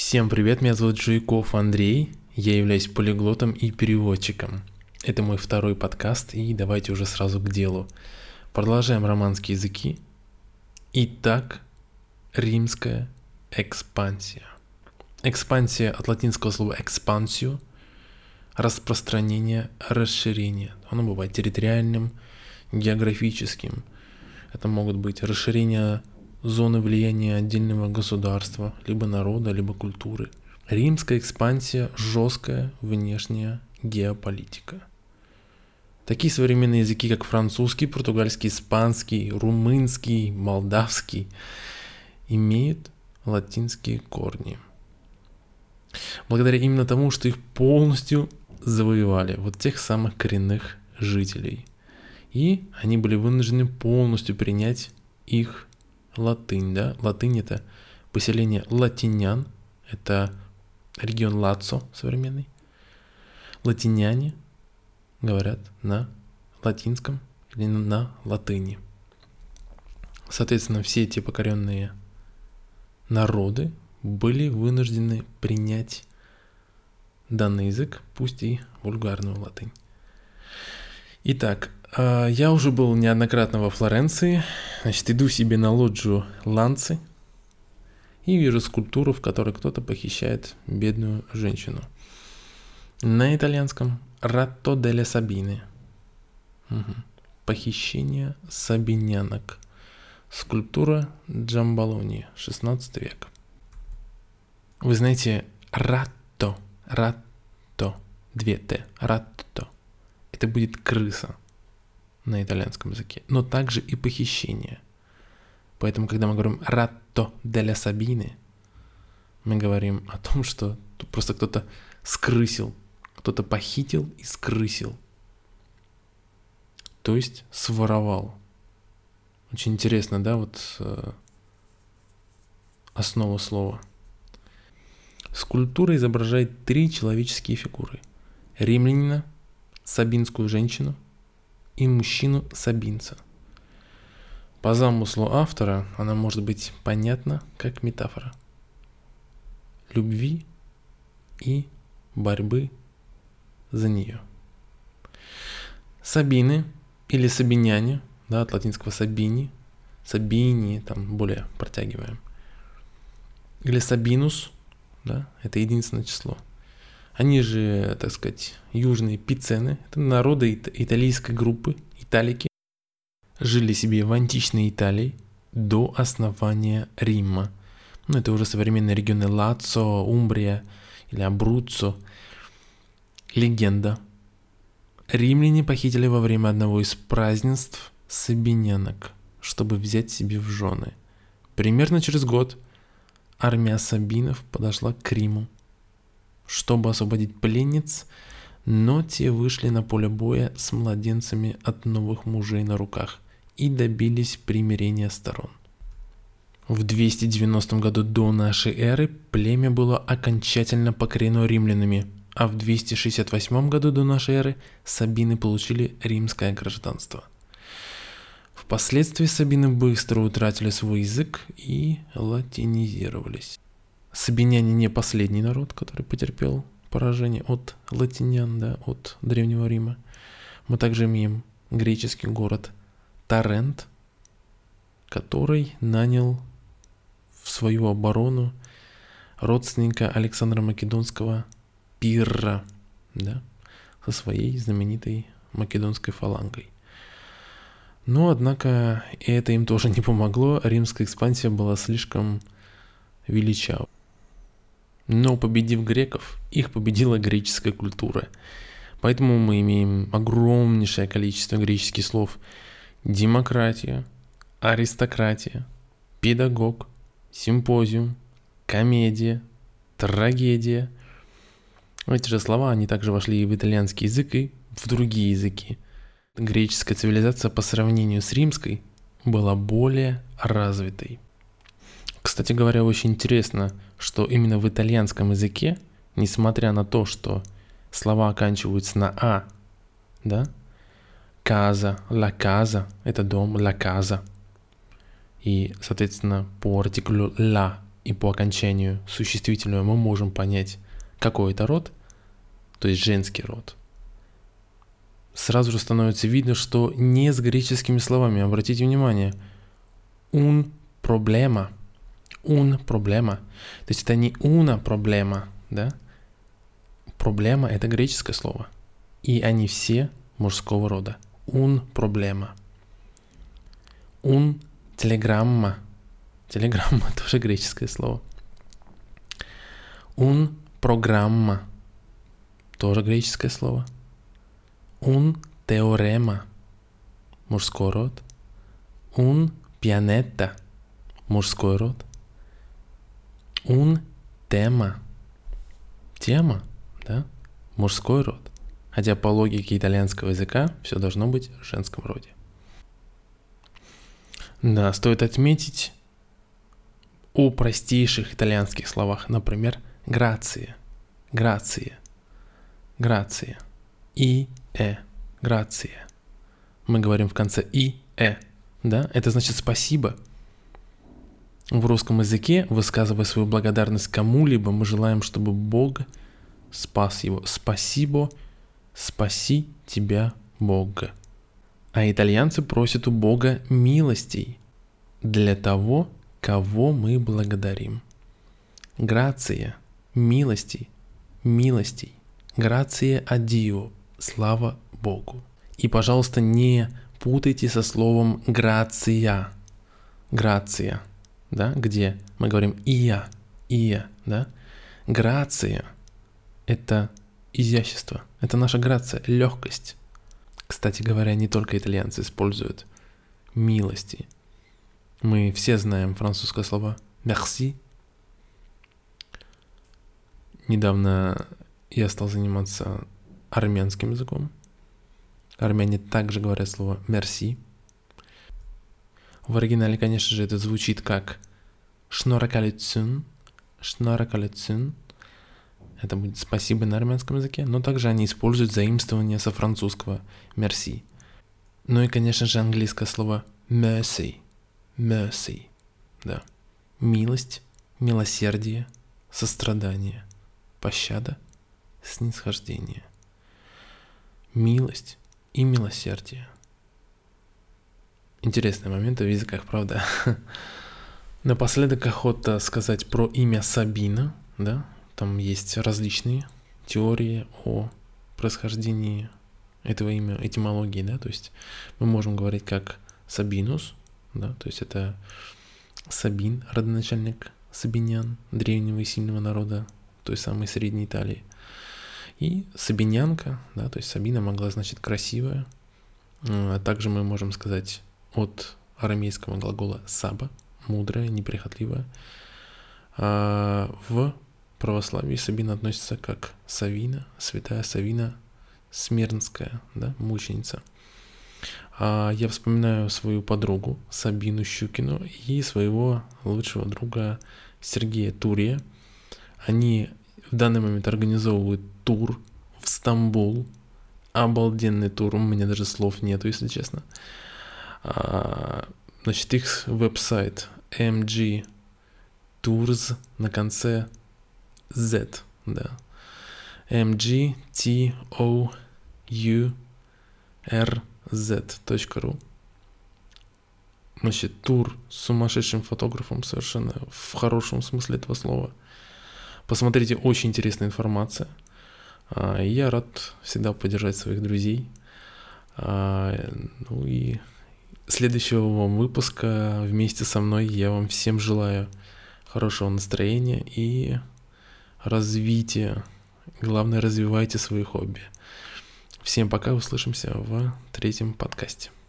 Всем привет, меня зовут Жуйков Андрей, я являюсь полиглотом и переводчиком. Это мой второй подкаст, и давайте уже сразу к делу. Продолжаем романские языки. Итак, римская экспансия. Экспансия от латинского слова «экспансио», распространение, расширение. Оно бывает территориальным, географическим. Это могут быть расширение зоны влияния отдельного государства, либо народа, либо культуры. Римская экспансия – жесткая внешняя геополитика. Такие современные языки, как французский, португальский, испанский, румынский, молдавский, имеют латинские корни. Благодаря именно тому, что их полностью завоевали вот тех самых коренных жителей. И они были вынуждены полностью принять их латынь, да? Латынь — это поселение латинян, это регион Лацо современный. Латиняне говорят на латинском или на латыни. Соответственно, все эти покоренные народы были вынуждены принять данный язык, пусть и вульгарную латынь. Итак, я уже был неоднократно во Флоренции, значит, иду себе на лоджию Ланци и вижу скульптуру, в которой кто-то похищает бедную женщину. На итальянском «Ратто деле Сабины». Похищение сабинянок. Скульптура Джамбалони, 16 век. Вы знаете, ратто, две «т», ратто. Это будет крыса на итальянском языке, но также и похищение. Поэтому, когда мы говорим «ратто деле Сабины», мы говорим о том, что просто кто-то скрысил, кто-то похитил и скрысил. То есть своровал. Очень интересно, да, вот основа слова. Скульптура изображает 3 человеческие фигуры: римлянина, сабинскую женщину и мужчину-сабинца. По замыслу автора она может быть понятна как метафора любви и борьбы за нее. Сабины или сабиняне, да, от латинского сабини, сабини, там более протягиваем, или сабинус, да, это единственное число. Они же, так сказать, южные пицены, это народы итальянской группы, италики, жили себе в античной Италии до основания Рима. Ну, это уже современные регионы Лацо, Умбрия или Абруццо. Легенда. Римляне похитили во время одного из празднеств сабинянок, чтобы взять себе в жены. Примерно через год армия сабинов подошла к Риму, чтобы освободить пленниц, но те вышли на поле боя с младенцами от новых мужей на руках и добились примирения сторон. В 290 году до нашей эры племя было окончательно покорено римлянами, а в 268 году до нашей эры сабины получили римское гражданство. Впоследствии сабины быстро утратили свой язык и латинизировались. Сабиняне не последний народ, который потерпел поражение от латинян, да, от Древнего Рима. Мы также имеем греческий город Тарент, который нанял в свою оборону родственника Александра Македонского Пирра, да, со своей знаменитой македонской фалангой. Но, однако, это им тоже не помогло, римская экспансия была слишком величава. Но победив греков, их победила греческая культура. Поэтому мы имеем огромнейшее количество греческих слов: демократия, аристократия, педагог, симпозиум, комедия, трагедия. Эти же слова, они также вошли и в итальянский язык, и в другие языки. Греческая цивилизация по сравнению с римской была более развитой. Кстати говоря, очень интересно, что именно в итальянском языке, несмотря на то, что слова оканчиваются на «а», да, casa, la casa – это дом, la casa. И, соответственно, по артиклю «la» и по окончанию существительного мы можем понять, какой это род, то есть женский род, сразу же становится видно, что не с греческими словами. Обратите внимание, un problema. То есть это не una problema, да? Проблема — это греческое слово. И они все мужского рода. Un problema. Un telegramma. Телеграмма — тоже греческое слово. Un programma. Тоже греческое слово. Un teorema. Мужской род. Un pianeta. Мужской род. Un tema. Тема, да? Мужской род. Хотя по логике итальянского языка все должно быть в женском роде. Да, стоит отметить о простейших итальянских словах. Например, грация. И, грация. Мы говорим в конце и, да? Это значит спасибо. В русском языке, высказывая свою благодарность кому-либо, мы желаем, чтобы Бог спас его. Спасибо, спаси тебя, Бог. А итальянцы просят у Бога милостей для того, кого мы благодарим. Грация, милостей. Грация a Dio, слава Богу. И, пожалуйста, не путайте со словом грация. Грация. Да, где мы говорим ия, да? Грация — это изящество, это наша грация, легкость. Кстати говоря, не только итальянцы используют милости. Мы все знаем французское слово merci. Недавно я стал заниматься армянским языком. Армяне также говорят слово merci. В оригинале, конечно же, это звучит как шноракалицун. Это будет спасибо на армянском языке, но также они используют заимствование со французского merci. Ну и, конечно же, английское слово mercy, да. Милость, милосердие, сострадание, пощада, снисхождение. Милость и милосердие. Интересные моменты в языках, правда? Напоследок охота сказать про имя Сабина, да? Там есть различные теории о происхождении этого имя, этимологии, да? То есть мы можем говорить как Сабинус, да? То есть это Сабин, родоначальник сабинян, древнего и сильного народа той самой Средней Италии. И сабинянка, да? То есть Сабина могла значить красивая. А также мы можем сказать от арамейского глагола «саба», мудрая, неприхотливая. А в православии Сабина относится как Савина, святая Савина Смирнская, да, мученица. А я вспоминаю свою подругу Сабину Щукину и своего лучшего друга Сергея Турия. Они в данный момент организовывают тур в Стамбул. Обалденный тур, у меня даже слов нету, если честно. Значит, их веб-сайт MG Tours на конце Z, да. mgtourz.ru. Значит, тур с сумасшедшим фотографом совершенно в хорошем смысле этого слова. Посмотрите, очень интересная информация. Я рад всегда поддержать своих друзей. Ну и следующего вам выпуска вместе со мной я вам всем желаю хорошего настроения и развития. Главное, развивайте свои хобби. Всем пока, услышимся в 3-м подкасте.